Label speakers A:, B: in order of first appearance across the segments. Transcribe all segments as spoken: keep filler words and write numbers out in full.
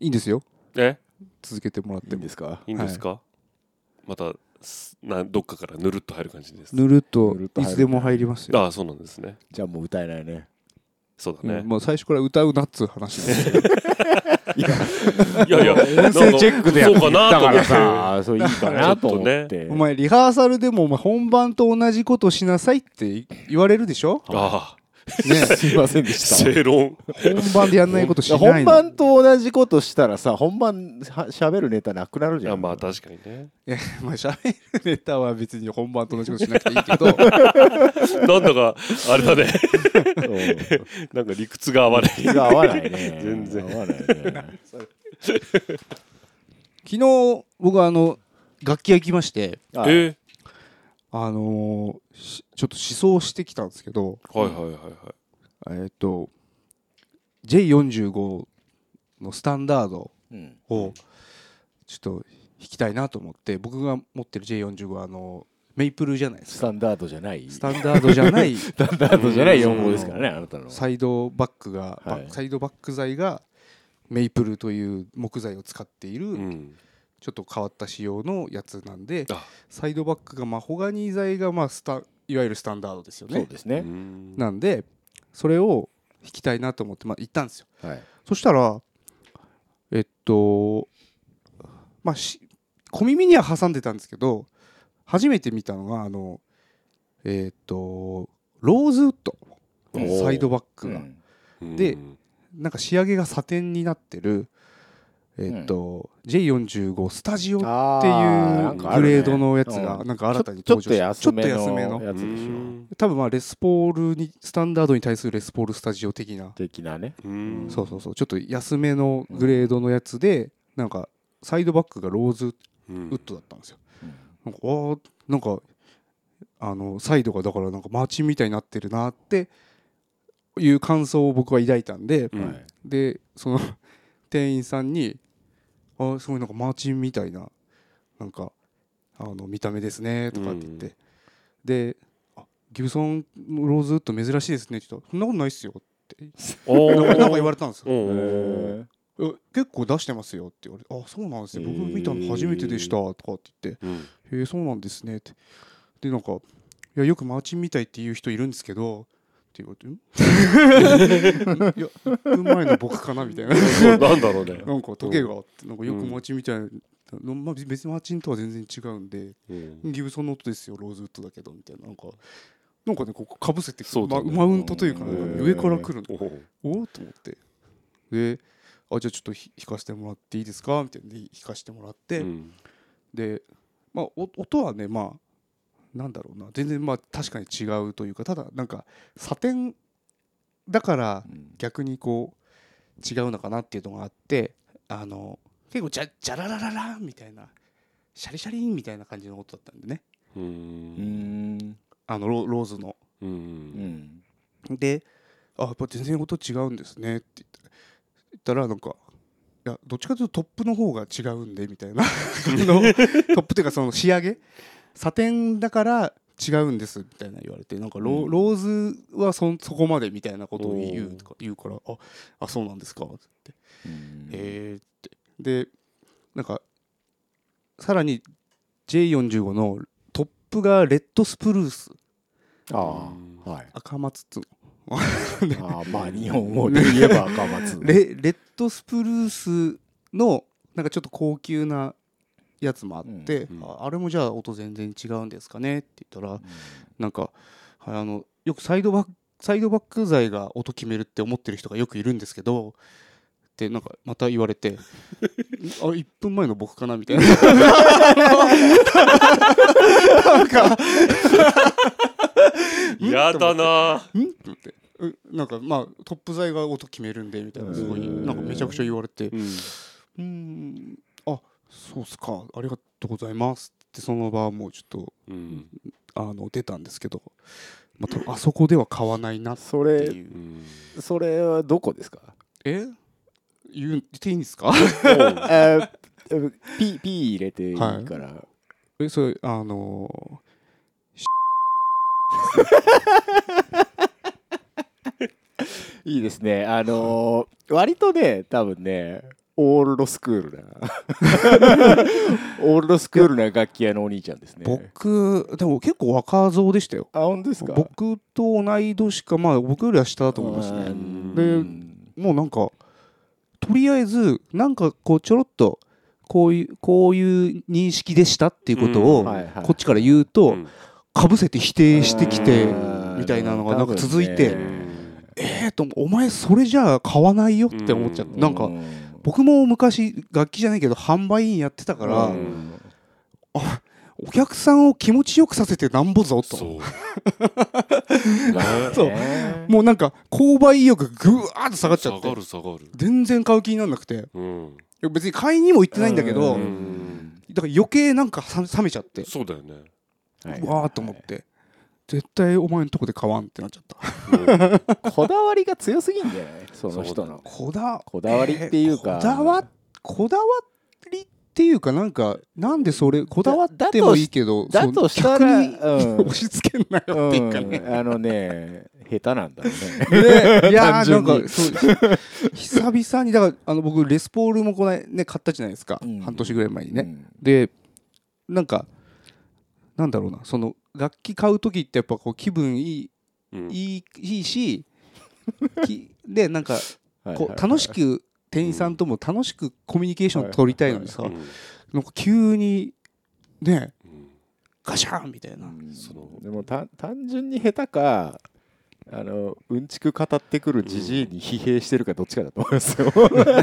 A: いいんですよ。
B: え
A: 続けてもらっても
C: いいんですか。
B: いいんですか、はい、またなどっかからぬるっと入る感じです。
A: ぬるっといつでも入りますよ。
B: ああそうなんですね。
C: じゃあもう歌えないね。
B: そうだね、
A: うん、もう最初から歌うなっつう話ですい
B: やいや
C: 音声チェックでやってたからさ、そういいかなと思って、
A: ね、お前リハーサルでもお前本番と同じことしなさいって言われるでしょ。
B: ああ
C: ね、すいませんでした。
B: 正論。
A: 本番でやんないことしないの。
C: 本番と同じことしたらさ、本番しゃべるネタなくなるじゃん。
B: いやまあ確かにね。
A: いやまあしゃべるネタは別に本番と同じことしなくていいけど
B: なんだかあれだねなんか理屈が合わない。
C: 理屈が合わないね。
B: 全然
C: 合わないね。
A: 昨日僕はあの楽器屋行きまして、
B: えー、
A: あのー、ちょっと思想してきたんですけど、
B: はいはいはいはい。
A: えっと ジェイよんじゅうご のスタンダードをちょっと弾きたいなと思って、僕が持ってる ジェイよんじゅうご はあのメイプルじゃないですか。
C: スタンダードじゃない
A: スタンダードじゃない
C: スタンダードじゃないよん号ですからね、あなたの
A: サイドバックが、
C: はい、
A: サイドバック材がメイプルという木材を使っている、うん、ちょっと変わった仕様のやつなんで、サイドバックがマホガニー材がまあスタいわゆるスタンダードですよね。
C: そうですね。
A: なんでそれを弾きたいなと思ってまあ行ったんですよ。
C: はい、
A: そしたらえっとまあし小耳には挟んでたんですけど、初めて見たのがあのえっとローズウッドサイドバックが、うん、でなんか仕上げがサテンになってるえっと、うん、ジェイよんじゅうご スタジオっていうグレードのやつがなんか新たに登場して、ちょっと安めのやつでしょ。多分まあレスポールにスタンダードに対するレスポールスタジオ的な
C: 的なね。
A: そうそうそう、ちょっと安めのグレードのやつで、なんかサイドバックがローズウッドだったんですよ。なんかあなんかあのサイドがだからなんかマーチンみたいになってるなっていう感想を僕は抱いたんで、うん、でその店員さんにあすごいなんかマーチンみたいななんかあの見た目ですねとかって言って、うん、であギブソンのローズウッド珍しいですねって言ったらそんなことないっすよってなんか言われたんですよ。え結構出してますよって言われて、あそうなんですね、僕見たの初めてでしたとかって言って、うん、へえそうなんですねってでなんかいやよくマーチンみたいっていう人いるんですけどって言われてんいやいっぷんまえの僕かなみたいな
B: なんだろうね
A: なんかトゲがあってなんかよくマーチンみたいな、うんまあ、別にマーチンとは全然違うんで、うん、ギブソンの音ですよローズウッドだけどみたいななんかなんかねここかぶせてくる、ね、マウントというか、ね、上から来るのおおと思ってであじゃあちょっと弾かせてもらっていいですかみたいなで弾かせてもらって、うん、でまあ音はねまあなんだろうな全然まあ確かに違うというか、ただなんかサテンだから逆にこう違うのかなっていうのがあって、あの結構ジャジャララララみたいなシャリシャリンみたいな感じの音だったんでね、うーんあの ロ, ローズのうーんであやっぱ全然音違うんですねって言ったら言ったらなんかいやどっちかというとトップの方が違うんでみたいなのトップっていうかその仕上げサテンだから違うんですみたいな言われて、なんか ロ,、うん、ローズは そ, そこまでみたいなことを言うとか言うからああそうなんですかって、うん、へえってでなんかさらに ジェイよんじゅうご のトップがレッドスプルース、
C: ああ、はい、
A: 赤松っつうの
C: あまあ日本語で言えば赤松
A: レ, レッドスプルースのなんかちょっと高級なやつもあって、うん、あ, あれもじゃあ音全然違うんですかねって言ったら、うん、なんかあのよくサイドバックサイドバック材が音決めるって思ってる人がよくいるんですけどってなんかまた言われてあいっぷんまえの僕かなみたいななんか
B: やだな
A: んってなんかまあトップ材が音決めるんでみたいなすごいなんかめちゃくちゃ言われて、うん、うーんあそうっすかありがとうございますってその場はもうちょっと、うん、あの出たんですけど、またあそこでは買わないなっていう。
C: それ、うん、それはどこですか？
A: え言っていいんですか？
C: ピー入れていいから、はい、
A: えそれあの
C: ー、いいですねあのー、割とね多分ねオールドスクールなオールドスクールな楽器屋のお兄ちゃんですね。
A: 僕でも結構若造でしたよ。
C: あ、本当ですか。
A: 僕と同い年か、まあ僕よりは下だと思いますね。でもうなんかとりあえずなんかこうちょろっとこういうこういう認識でしたっていうことをこっちから言うとかぶせて否定してきてみたいなのがなんか続いて、えーとお前それじゃあ買わないよって思っちゃって、なんか僕も昔楽器じゃないけど販売員やってたから、あ、お客さんを気持ちよくさせてなんぼぞと。そうそうもうなんか購買意欲がぐわーっと下がっちゃって、
B: 下がる下がる、
A: 全然買う気にならなくて、うん、別に買いにも行ってないんだけど、うん、だから余計なんか冷めちゃって、
B: そうだよね、
A: うわーっと思って、絶対お前のとこで買わんってなっちゃった。
C: こだわりが強すぎんじゃないその人の
A: こだ
C: こだわりっていうか、
A: こだわこだわりっていうか、なんかなんでそれこだわってもいいけど、
C: だとしたら、
A: うん、押し付けんなよっていうかね、
C: うん、あのね下手なんだろう
A: ね。いやーなんかそう久々にだからあの僕レスポールもこのね買ったじゃないですか、うん、半年ぐらい前にね、うん、でなんかなんだろうな、その楽器買う時ってやっぱこう気分いい、うん、いい、いいしでなんかこう楽しく店員さんとも楽しくコミュニケーション取りたいのにさ、なんか急にねガシャンみたいな、うん、
C: そのでもた単純に下手かあのうんちく語ってくるじじいに疲弊してるかどっちかだと思いますよ。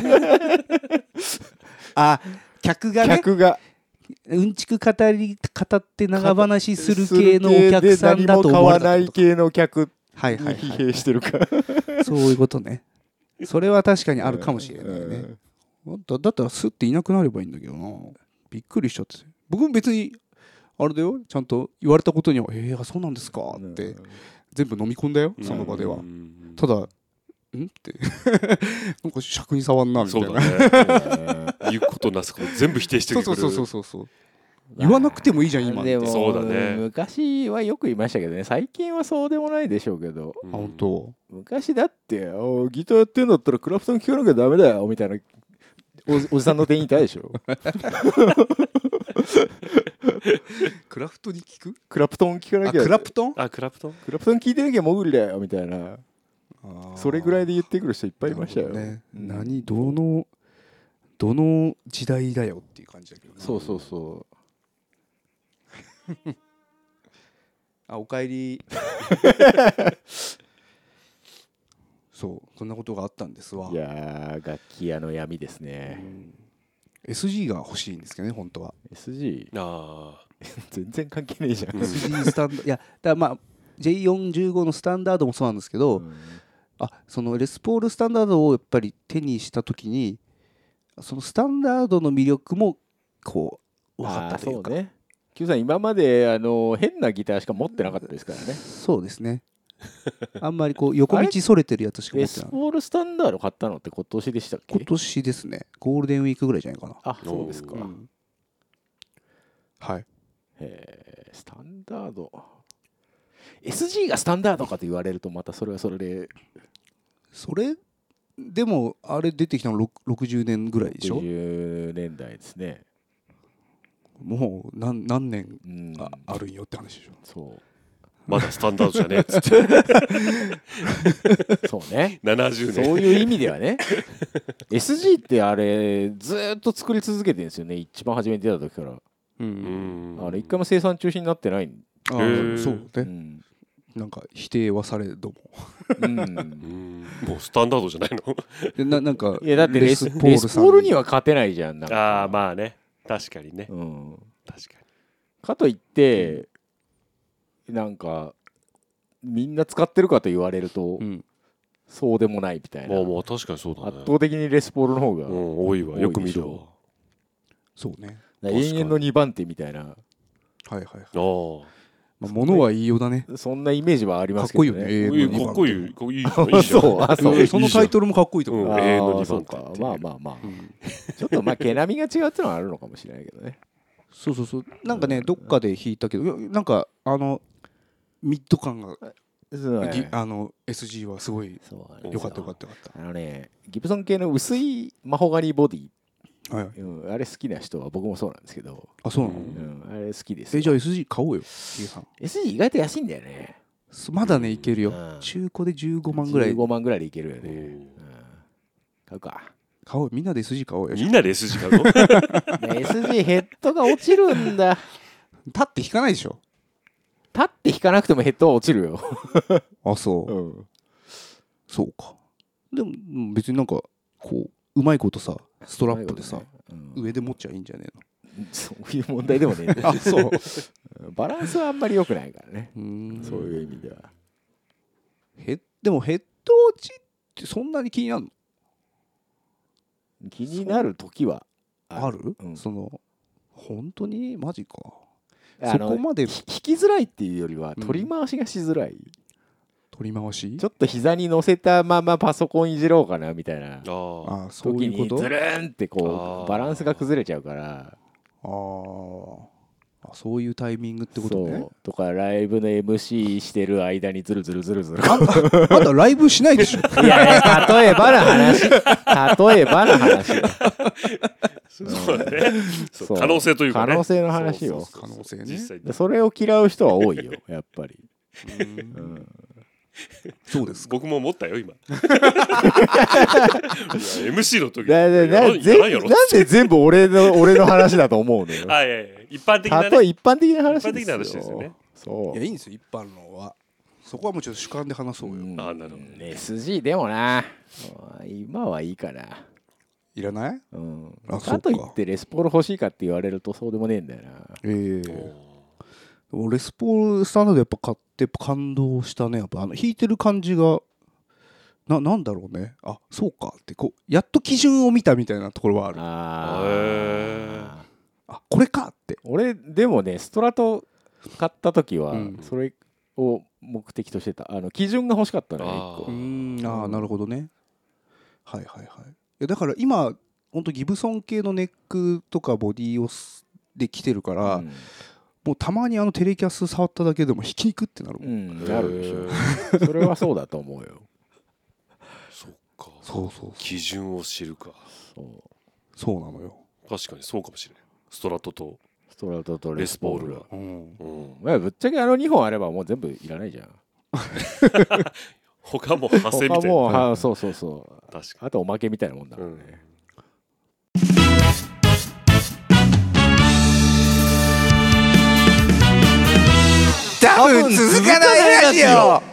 A: あ、客がね、
C: 客が
A: うんちく語り語って長話する系のお客さんだと思われた。
C: 何も買わない系の客に疲弊してるか、
A: そういうことね。それは確かにあるかもしれないね。だ, だったらスッていなくなればいいんだけどな。びっくりしちゃって。僕も別にあれだよ、ちゃんと言われたことにはえー、そうなんですかって全部飲み込んだよ、その場では。ただんってなんか尺に触んなみたいな。そうだ
B: ね。言うことなすこと全部否定してくる。
A: そうそうそうそうそう。言わなくてもいいじゃん今って。
C: でも
B: そうだね。
C: 昔はよく言いましたけどね、最近はそうでもないでしょうけど、
A: うん、本当
C: 昔だってギターやってんだったらクラプトン聴かなきゃダメだよみたいな お, おじさんの店員いたでしょ。
A: クラフトに聞く
C: クラプトン聴かなきゃ、
A: クラプトン
B: あクラプトン
C: クラプトン聴いてなきゃ潜りだよみたいな、それぐらいで言ってくる人いっぱいいましたよ、
A: ね、うん、何どのどの時代だよっていう感じだけど、ね、
C: そうそうそう
A: あ、おかえり。そうそんなことがあったんですわ。
C: いやー楽器屋の闇ですね、うん、
A: エスジー が欲しいんですけどね本当は。
C: エスジー
B: あ
C: 全然関係ねえじゃん。
A: エスジー スタンドいやだからまあ ジェイよんじゅうご のスタンダードもそうなんですけど、うん、あそのレスポールスタンダードをやっぱり手にした時にそのスタンダードの魅力もこう分かったというか。
C: そうね、Q さん今まであの変なギターしか持ってなかったですからね。
A: そうですね。あんまりこう横道それてるやつしか持ってない。
C: レスポールスタンダード買ったのって今年でしたっけ？
A: 今年ですね。ゴールデンウィークぐらいじゃないかな。
C: あ、そうですか、うん、
A: はい。
C: えー、スタンダード エスジー がスタンダードかと言われるとまたそれはそれで、
A: それでもあれ出てきたのろくじゅうねんぐらいでしょ。
C: ろくじゅうねんだいですね。
A: もう 何, 何年 あ, あるんよって話でしょ。
C: そう
B: まだスタンダードじゃねえっつ
C: って。そうね。
B: ななじゅうねん。
C: そういう意味ではね。エスジー ってあれずっと作り続けてるんですよね。一番初めに出た時から。うん。あれ一回も生産中止になってない。
A: ああそうね、うん。なんか否定はされども。うん。
B: もうスタンダードじゃないの？
A: ななんか
C: いやだってレスポール、レスポールには勝てないじゃん。なん
B: かああまあね。確かにね、うん、確かに
C: かといって、うん、なんかみんな使ってるかと言われると、うん、そうでもないみたいな。
B: まあまあ確かにそうだね。
C: 圧倒的にレスポールの方が、
B: うん、多いわ。よく見るわ。
A: そうね。
C: 永遠のにばん手みたいな。
A: はいはいはい。あまあ、物は言いようだね。
C: そんなイメージはありますけどね。
A: かっこいいよね。
B: かっこいい。かっこいい。
C: そうあそう
A: そのタイトルもかっこいいと思う。
B: 永遠のにばん手。
C: まあまあまあ。うん、ちょっとまあ毛並みが違うっていうのはあるのかもしれないけどね。
A: そうそうそう。なんかねどっかで弾いたけどなんかあのミッド感がぎあの エスジー はすごいよかったよかったよかった。
C: あのねギブソン系の薄いマホガニーボディ、
A: はい
C: うん、あれ好きな人は僕もそうなんですけど。
A: あ、そうなの、
C: うん、あれ好きです。
A: え、じゃあ エスジー 買おうよ、ヒゲさん。
C: エスジー 意外と安いんだよね。
A: まだねいけるよ、うん、中古でじゅうごまんぐらい。
C: じゅうごまんぐらいでいけるよね、うん、買うか。
A: 買おう、みんなで エスジー 買おうよ。
B: みんなで エスジー 買うの
C: エスジー ヘッドが落ちるんだ。
A: 立って引かないでしょ。
C: 立って引かなくてもヘッドは落ちるよ。
A: あ、そう、うん、そうか。でも別になんかこううまいことさストラップでさ、ね、うん、上で持っちゃいいんじゃねえの。
C: そういう問題でもねえ。あ、そうバランスはあんまり良くないからね。うん、そういう意味では。
A: ヘでもヘッド落ちってそんなに気になるの？
C: 気になる時は
A: ある？ある、うん、その本当にマジか。そこまで引
C: きづらいっていうよりは取り回しがしづらい、うん、
A: 取り回し
C: ちょっと膝に乗せたままパソコンいじろうかなみたいな
A: 時
C: にズルーンってこうバランスが崩れちゃうから。
A: ああ、そういうタイミングってことね。そう
C: とかライブの エムシー してる間にズルズルズルズル。
A: あんたライブしないでしょ。
C: いやいや、例えばの話。例えばの話。
B: そうだね。可能性というかね。
C: 可能性の話よ。
A: 可能性ね。
C: 実際それを嫌う人は多いよ、やっぱり。うん、
A: そうです。
B: 僕も思ったよ今。エムシー の時
C: だだだなんで全部俺の俺の話だと思うのよ。
B: あ、いやいや一般的なね。
C: 一般的な話ですよ。
B: 一般的な話ですよね。
A: そう。いやいいんですよ一般論は。そこはもうちょっと主観で話そうよ。うん、
B: あ、なるほど。
C: エスジー でもな。今はいいかな。
A: いらない？
C: うん。あ、かといってレスポール欲しいかって言われるとそうでもねえんだよな。
A: ええー。レスポールスタンダードやっぱ買ってやっぱ感動したね。やっぱあの弾いてる感じがな、なんだろうね。あ、そうかってこうやっと基準を見たみたいなところはある。
C: あ
A: ーあ、これかって。
C: 俺でもねストラト買った時はそれを目的としてた。あの基準が欲しかったね。
A: あうん、あ、なるほどね。はいはいはい。いやだから今本当ギブソン系のネックとかボディをで来てるから。うん、もうたまにあのテレキャス触っただけでも弾きにくってなるもん、うん、
C: なるでしょ。それはそうだと思うよ。
B: そっか。
A: そうそうそう。
B: 基準を知るか。
A: そうそうなのよ。
B: 確かにそうかもしれない。ストラトと
C: ストラトとレスポールが。
B: うんうん、
C: まあぶっちゃけあのにほんあればもう全部いらないじゃん。
B: 他も派生みたいな。他も
C: はそうそうそう。
B: 確かに。
C: あとおまけみたいなもんだからね。うん
A: 多分続かないラジオ。